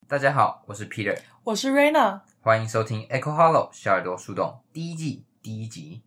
大家好，我是 Peter， 我是 Raina， 欢迎收听 Echo Hollow 小耳朵树洞第一季第一集。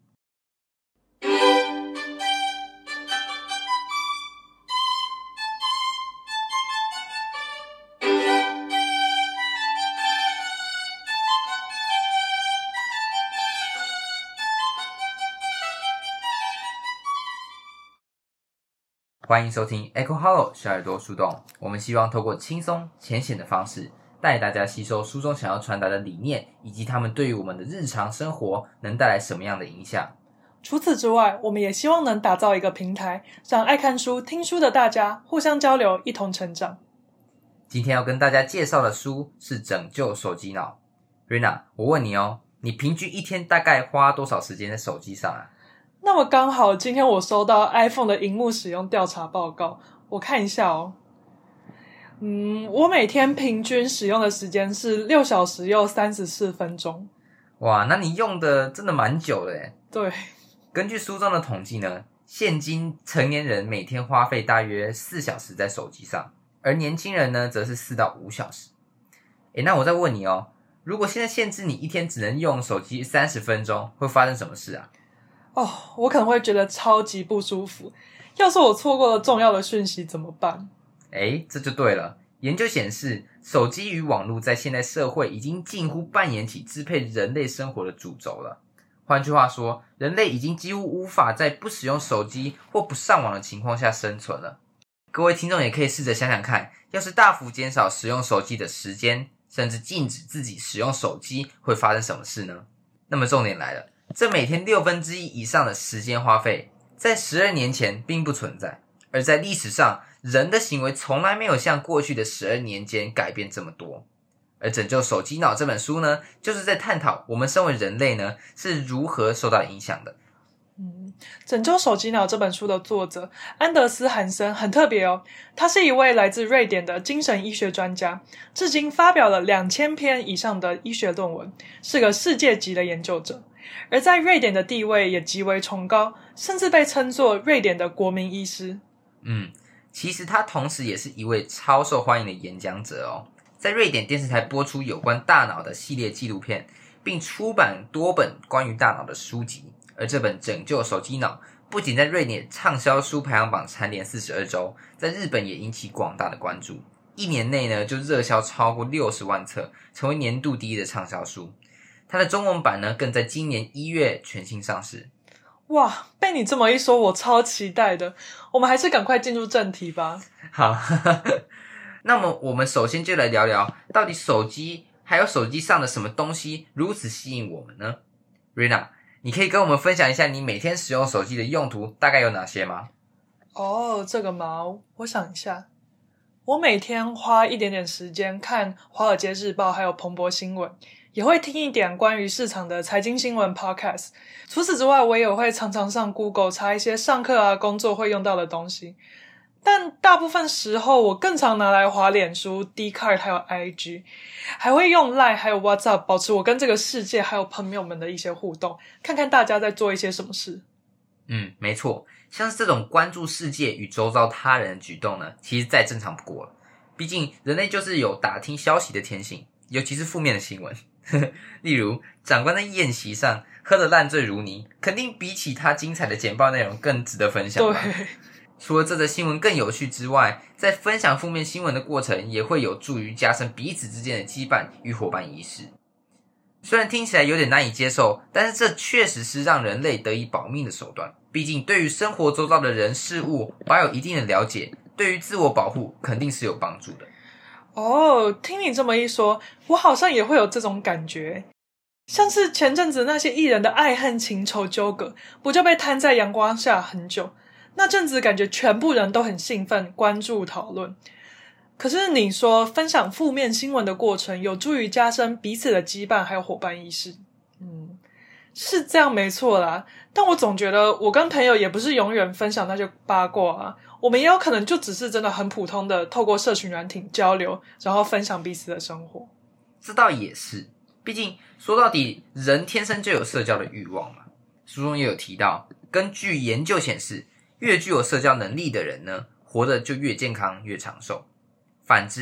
欢迎收听 Echo Hollow 小耳朵树洞，我们希望透过轻松浅显的方式，带大家吸收书中想要传达的理念，以及他们对于我们的日常生活能带来什么样的影响。 除此之外，我们也希望能打造一个平台，让爱看书、听书的大家互相交流，一同成长。 今天要跟大家介绍的书是《拯救手机脑》。Rina， 我问你哦，你平均一天大概花多少时间在手机上啊？ 那么刚好今天我收到 iPhone 的萤幕使用调查报告，我看一下哦。我每天平均使用的时间是6小时又34分钟。 哇，那你用的真的蛮久的耶。 对， 根据书中的统计呢，现今成年人每天花费大约4小时在手机上，而年轻人呢则是4到5小时。那我再问你哦，如果现在限制你一天只能用手机30分钟，会发生什么事啊？ 我可能会觉得超级不舒服，要是我错过了重要的讯息怎么办？ 这就对了。研究显示，手机与网络在现代社会已经近乎扮演起支配人类生活的主轴了。换句话说，人类已经几乎无法在不使用手机或不上网的情况下生存了。各位听众也可以试着想想看，要是大幅减少使用手机的时间，甚至禁止自己使用手机，会发生什么事呢？那么重点来了，这每天1/6以上的时间花费，在12年前并不存在，而在历史上，人的行为从来没有像过去的12年间改变这么多。而拯救手机脑这本书呢，就是在探讨我们身为人类呢，是如何受到影响的。 拯救手机脑这本书的作者安德斯·韩森很特别哦，他是一位来自瑞典的精神医学专家，至今发表了2000篇以上的医学论文，是个世界级的研究者，而在瑞典的地位也极为崇高，甚至被称作瑞典的国民医师。 其实他同时也是一位超受欢迎的演讲者哦，在瑞典电视台播出有关大脑的系列纪录片，并出版多本关于大脑的书籍。而这本《拯救手机脑》不仅在瑞典畅销书排行榜蝉联42周，在日本也引起广大的关注。1年内呢，就热销超过60万册，成为年度第一的畅销书。它的中文版呢，更在今年1月全新上市。 哇，被你这么一说，我超期待的。我们还是赶快进入正题吧。 好，那么我们首先就来聊聊，到底手机还有手机上的什么东西如此吸引我们呢？ Rina， 你可以跟我们分享一下你每天使用手机的用途大概有哪些吗？ 这个嘛，我想一下。我每天花一点点时间看《华尔街日报》还有彭博新闻，也会听一点关于市场的财经新闻 podcast。 除此之外，我也会常常上 Google 查一些上课啊工作会用到的东西，但大部分时候我更常拿来滑脸书、Dcard 还有 IG， 还会用 LINE 还有 WhatsApp 保持我跟这个世界还有朋友们的一些互动，看看大家在做一些什么事。 没错，像是这种关注世界与周遭他人的举动呢，其实再正常不过了。毕竟人类就是有打听消息的天性，尤其是负面的新闻。例如长官在宴席上喝得烂醉如泥，肯定比起他精彩的简报内容更值得分享吧。 对， 除了这则新闻更有趣之外，在分享负面新闻的过程也会有助于加深彼此之间的羁绊与伙伴意识。虽然听起来有点难以接受，但是这确实是让人类得以保命的手段。毕竟对于生活周遭的人事物保有一定的了解，对于自我保护肯定是有帮助的。 听你这么一说，我好像也会有这种感觉。像是前阵子那些艺人的爱恨情仇纠葛，不就被摊在阳光下很久？那阵子感觉全部人都很兴奋，关注讨论。可是你说分享负面新闻的过程有助于加深彼此的羁绊还有伙伴意识，是这样没错啦，但我总觉得我跟朋友也不是永远分享那些八卦啊，我们也有可能就只是真的很普通的透过社群软体交流，然后分享彼此的生活。 这倒也是，毕竟说到底人天生就有社交的欲望嘛。书中也有提到，根据研究显示，越具有社交能力的人呢，活得就越健康越长寿。反之，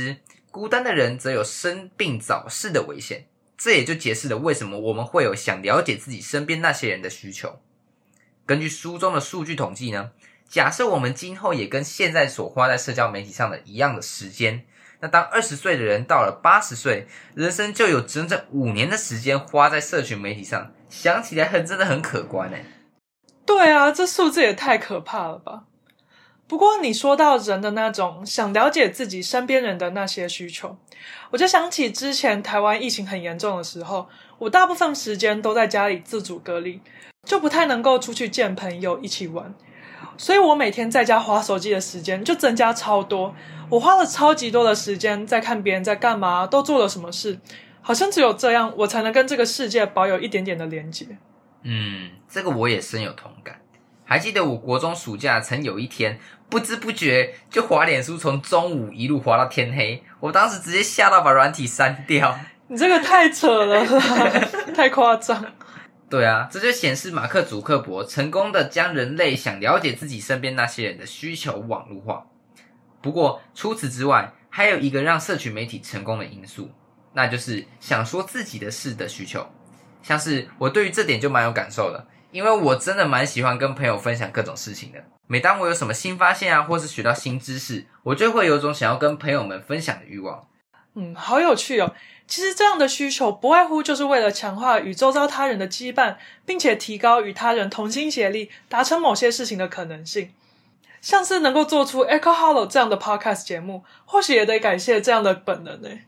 孤单的人则有生病早逝的危险。这也就解释了为什么我们会有想了解自己身边那些人的需求。根据书中的数据统计呢，假设我们今后也跟现在所花在社交媒体上的一样的时间，那当20岁的人到了80岁，人生就有整整5年的时间花在社群媒体上，想起来真的很可观耶。 对啊，这数字也太可怕了吧。不过你说到人的那种想了解自己身边人的那些需求，我就想起之前台湾疫情很严重的时候，我大部分时间都在家里自主隔离，就不太能够出去见朋友一起玩，所以我每天在家滑手机的时间就增加超多。我花了超级多的时间在看别人在干嘛，都做了什么事，好像只有这样我才能跟这个世界保有一点点的连结。 这个我也深有同感。还记得我国中暑假曾有一天不知不觉就滑脸书，从中午一路滑到天黑，我当时直接吓到把软体删掉。 你这个太扯了啦太夸张。 对啊，这就显示马克·祖克伯成功的将人类想了解自己身边那些人的需求网络化。不过除此之外，还有一个让社群媒体成功的因素，那就是想说自己的事的需求。像是我对于这点就蛮有感受的，因为我真的蛮喜欢跟朋友分享各种事情的。每当我有什么新发现啊，或是学到新知识，我就会有种想要跟朋友们分享的欲望。 好有趣哦。其实这样的需求不外乎就是为了强化与周遭他人的羁绊，并且提高与他人同心协力达成某些事情的可能性。像是能够做出 Echo Hollow 这样的 podcast 节目，或许也得感谢这样的本能耶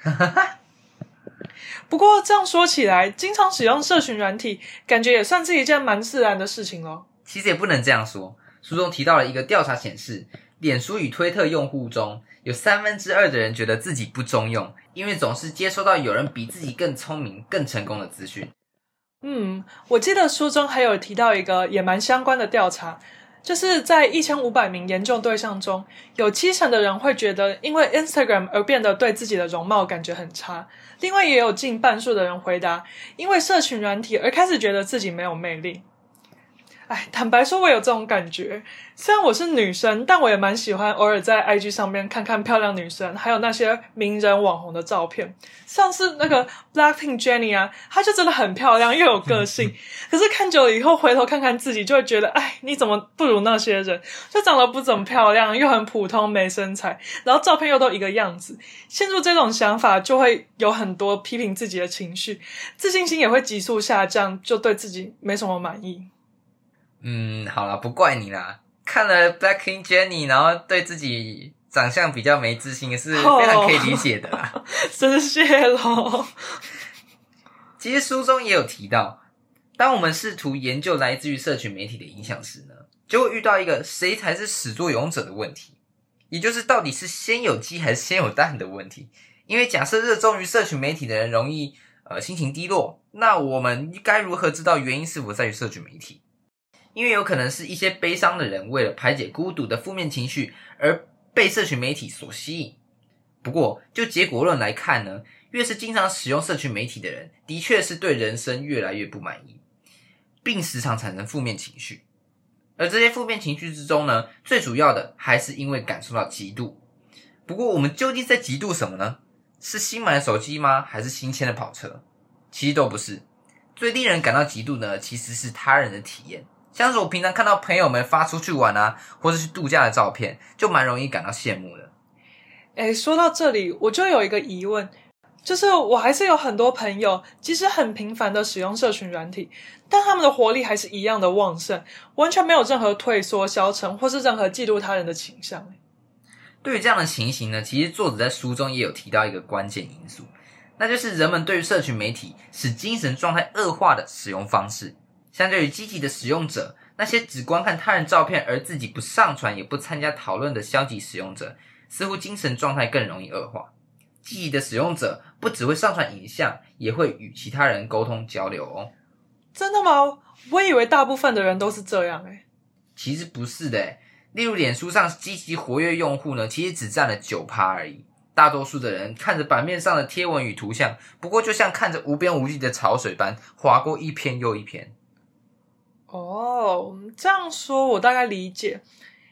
不过这样说起来，经常使用社群软体感觉也算是一件蛮自然的事情咯。 其实也不能这样说。书中提到了一个调查显示，脸书与推特用户中有2/3的人觉得自己不中用，因为总是接收到有人比自己更聪明更成功的资讯。 我记得书中还有提到一个也蛮相关的调查，就是在1500名研究对象中，有70%的人会觉得因为 Instagram 而变得对自己的容貌感觉很差，另外也有近半数的人回答因为社群软体而开始觉得自己没有魅力。坦白说我有这种感觉，虽然我是女生，但我也蛮喜欢偶尔在 IG 上面看看漂亮女生还有那些名人网红的照片，像是那个 Blackpink Jennie 啊，她就真的很漂亮又有个性可是看久了以后回头看看自己，就会觉得你怎么不如那些人，就长得不怎么漂亮，又很普通没身材，然后照片又都一个样子。陷入这种想法就会有很多批评自己的情绪，自信心也会急速下降，就对自己没什么满意。 好啦，不怪你啦。看了 Blackpink Jennie， 然后对自己长相比较没自信，是非常可以理解的啦。 真谢咯。 其实书中也有提到，当我们试图研究来自于社群媒体的影响时呢，就会遇到一个谁才是始作俑者的问题，也就是到底是先有鸡还是先有蛋的问题。因为假设热衷于社群媒体的人容易心情低落，那我们该如何知道原因是否在于社群媒体？因为有可能是一些悲伤的人为了排解孤独的负面情绪而被社群媒体所吸引。不过就结果论来看呢，越是经常使用社群媒体的人，的确是对人生越来越不满意，并时常产生负面情绪。而这些负面情绪之中呢，最主要的还是因为感受到嫉妒。不过我们究竟在嫉妒什么呢？是新买的手机吗？还是新签的跑车？其实都不是。最令人感到嫉妒呢，其实是他人的体验。像是我平常看到朋友们发出去玩啊，或是去度假的照片，就蛮容易感到羡慕的。 说到这里，我就有一个疑问，就是我还是有很多朋友，即使很频繁的使用社群软体，但他们的活力还是一样的旺盛，完全没有任何退缩、消沉，或是任何嫉妒他人的倾向。 对于这样的情形呢，其实作者在书中也有提到一个关键因素，那就是人们对于社群媒体使精神状态恶化的使用方式。相对于积极的使用者，那些只观看他人照片而自己不上传也不参加讨论的消极使用者，似乎精神状态更容易恶化。积极的使用者不只会上传影像，也会与其他人沟通交流哦。 真的吗？我以为大部分的人都是这样其实不是的例如脸书上积极活跃用户呢，其实只占了 9% 而已。大多数的人看着版面上的贴文与图像，不过就像看着无边无际的潮水般划过一篇又一篇。 这样说我大概理解。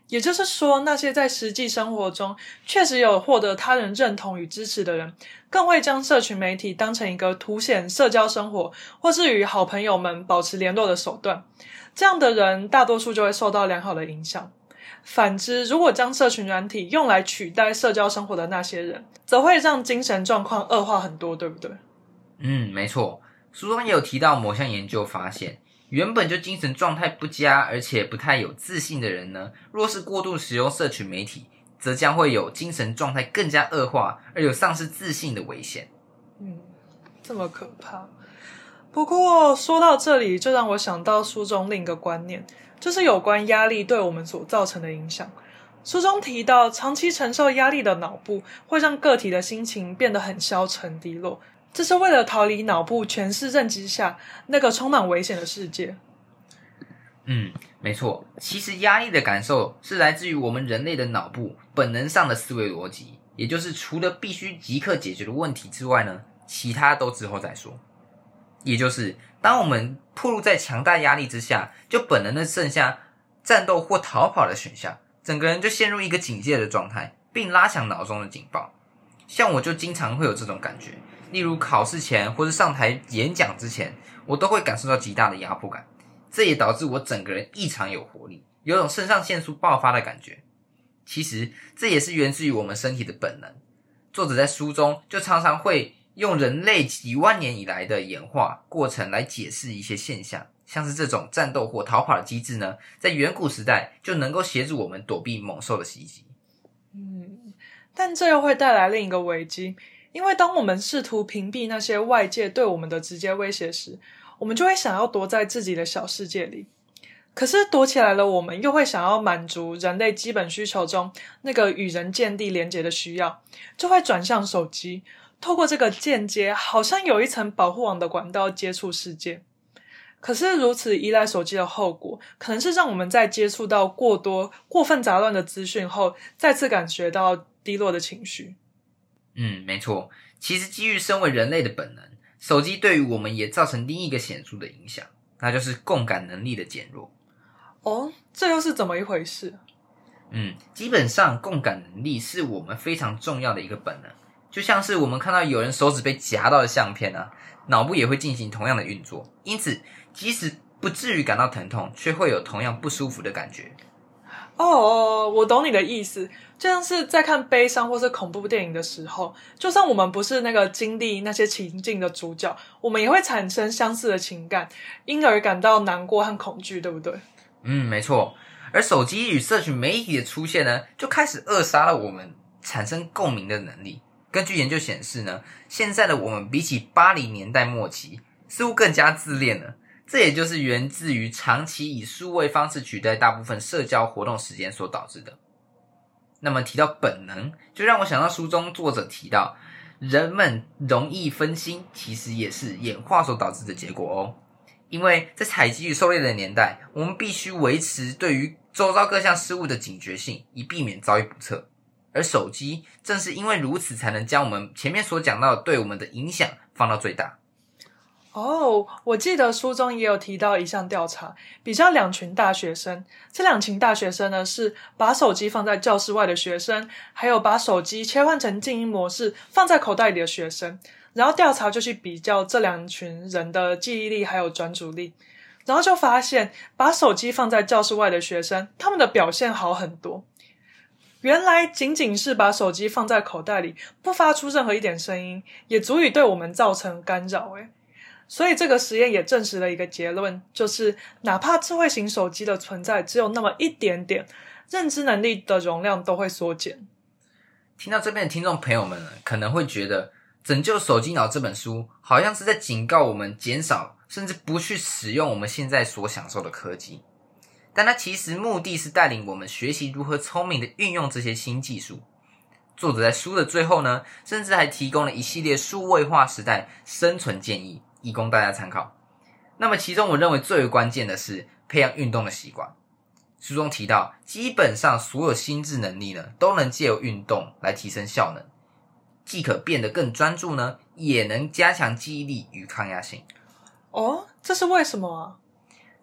也就是说，那些在实际生活中确实有获得他人认同与支持的人，更会将社群媒体当成一个凸显社交生活或是与好朋友们保持联络的手段。这样的人大多数就会受到良好的影响。反之，如果将社群软体用来取代社交生活的那些人，则会让精神状况恶化很多，对不对？ 没错。书中也有提到某项研究发现，原本就精神状态不佳而且不太有自信的人呢，若是过度使用社群媒体，则将会有精神状态更加恶化而有丧失自信的危险。 这么可怕。不过说到这里，就让我想到书中另一个观念，就是有关压力对我们所造成的影响。书中提到，长期承受压力的脑部会让个体的心情变得很消沉低落，这是为了逃离脑部全视认知下那个充满危险的世界。 没错，其实压力的感受是来自于我们人类的脑部本能上的思维逻辑，也就是除了必须即刻解决的问题之外呢，其他都之后再说。也就是当我们暴露在强大压力之下，就本能的剩下战斗或逃跑的选项，整个人就陷入一个警戒的状态，并拉响脑中的警报。像我就经常会有这种感觉，例如考试前或是上台演讲之前，我都会感受到极大的压迫感，这也导致我整个人异常有活力，有种肾上腺素爆发的感觉。其实这也是源自于我们身体的本能。作者在书中就常常会用人类几万年以来的演化过程来解释一些现象，像是这种战斗或逃跑的机制呢，在远古时代就能够协助我们躲避猛兽的袭击。 但这又会带来另一个危机，因为当我们试图屏蔽那些外界对我们的直接威胁时，我们就会想要躲在自己的小世界里。可是躲起来了，我们又会想要满足人类基本需求中那个与人建立连结的需要，就会转向手机，透过这个间接好像有一层保护网的管道接触世界。可是如此依赖手机的后果，可能是让我们在接触到过多过分杂乱的资讯后，再次感觉到低落的情绪。 没错，其实基于身为人类的本能，手机对于我们也造成另一个显著的影响，那就是共感能力的减弱。 这又是怎么一回事？ 基本上共感能力是我们非常重要的一个本能，就像是我们看到有人手指被夹到的相片啊，脑部也会进行同样的运作，因此即使不至于感到疼痛，却会有同样不舒服的感觉。 我懂你的意思，就像是在看悲伤或是恐怖电影的时候，就算我们不是那个经历那些情境的主角，我们也会产生相似的情感，因而感到难过和恐惧，对不对？ 没错。而手机与社群媒体的出现呢，就开始扼杀了我们产生共鸣的能力。根据研究显示呢，现在的我们比起80年代末期似乎更加自恋了，这也就是源自于长期以数位方式取代大部分社交活动时间所导致的。那么提到本能，就让我想到书中作者提到，人们容易分心，其实也是演化所导致的结果哦。因为在采集与狩猎的年代，我们必须维持对于周遭各项事物的警觉性，以避免遭遇不测。而手机正是因为如此，才能将我们前面所讲到的对我们的影响放到最大。 我记得书中也有提到一项调查，比较两群大学生。这两群大学生呢，是把手机放在教室外的学生，还有把手机切换成静音模式放在口袋里的学生。然后调查就去比较这两群人的记忆力还有专注力，然后就发现把手机放在教室外的学生，他们的表现好很多。原来仅仅是把手机放在口袋里，不发出任何一点声音，也足以对我们造成干扰。所以这个实验也证实了一个结论，就是哪怕智慧型手机的存在只有那么一点点，认知能力的容量都会缩减。 听到这边的听众朋友们可能会觉得，拯救手机脑这本书好像是在警告我们减少甚至不去使用我们现在所享受的科技，但它其实目的是带领我们学习如何聪明的运用这些新技术。作者在书的最后呢，甚至还提供了一系列数位化时代生存建议，以供大家参考。那么其中我认为最为关键的是培养运动的习惯。书中提到，基本上所有心智能力呢，都能借由运动来提升效能，既可变得更专注呢，也能加强记忆力与抗压性。 这是为什么啊？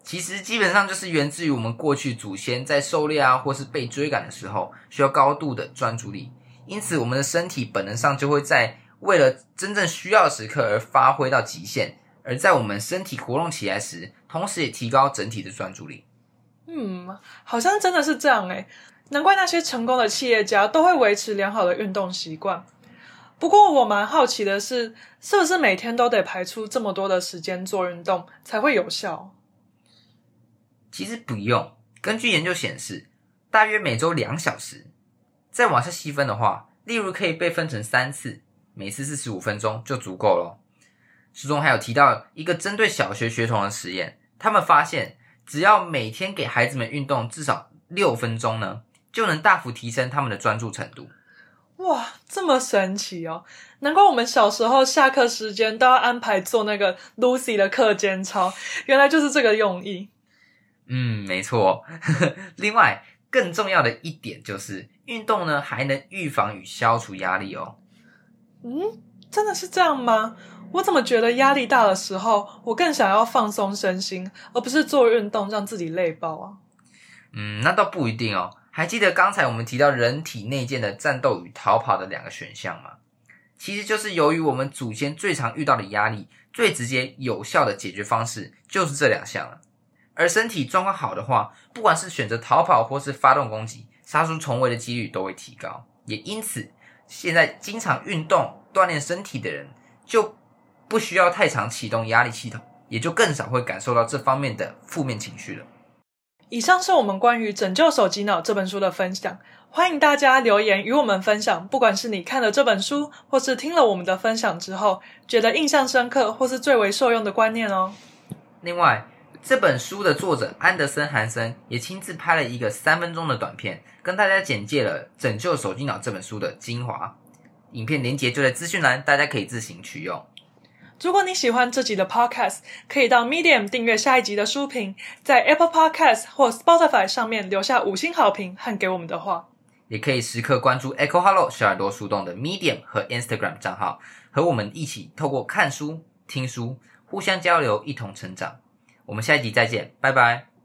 其实基本上就是源自于我们过去祖先在狩猎或是被追赶的时候需要高度的专注力，因此我们的身体本能上就会在为了真正需要的时刻而发挥到极限，而在我们身体活动起来时，同时也提高整体的专注力。 好像真的是这样诶，难怪那些成功的企业家都会维持良好的运动习惯。不过我蛮好奇的是不是每天都得排出这么多的时间做运动才会有效？ 其实不用，根据研究显示，大约每周2小时。再往下细分的话，例如可以被分成3次，每次45分钟就足够了。书中还有提到一个针对小学学童的实验，他们发现只要每天给孩子们运动至少6分钟呢，就能大幅提升他们的专注程度。 哇，这么神奇哦！难怪我们小时候下课时间都要安排做那个 Lucy 的课间操，原来就是这个用意。 没错。另外更重要的一点就是运动呢还能预防与消除压力哦。 真的是这样吗？我怎么觉得压力大的时候我更想要放松身心，而不是做运动让自己累爆啊？ 那倒不一定哦。还记得刚才我们提到人体内建的战斗与逃跑的2个选项吗？其实就是由于我们祖先最常遇到的压力，最直接有效的解决方式就是这2项了。而身体状况好的话，不管是选择逃跑或是发动攻击，杀出重围的几率都会提高。也因此现在经常运动锻炼身体的人就不需要太常启动压力系统，也就更少会感受到这方面的负面情绪了。 以上是我们关于《拯救手机脑》这本书的分享，欢迎大家留言与我们分享，不管是你看了这本书，或是听了我们的分享之后，觉得印象深刻或是最为受用的观念哦。 另外，这本书的作者安德森·韩森也亲自拍了一个3分钟的短片，跟大家简介了《拯救手机脑》这本书的精华。影片连结就在资讯栏，大家可以自行取用。 如果你喜欢这集的 podcast， 可以到 Medium 订阅下一集的书评，在 Apple Podcast 或 Spotify 上面留下5星好评和给我们的话。 也可以时刻关注 Echo Hollow 小耳朵树洞的 Medium 和 Instagram 账号，和我们一起透过看书、听书，互相交流，一同成长。我们下一集再见，拜拜。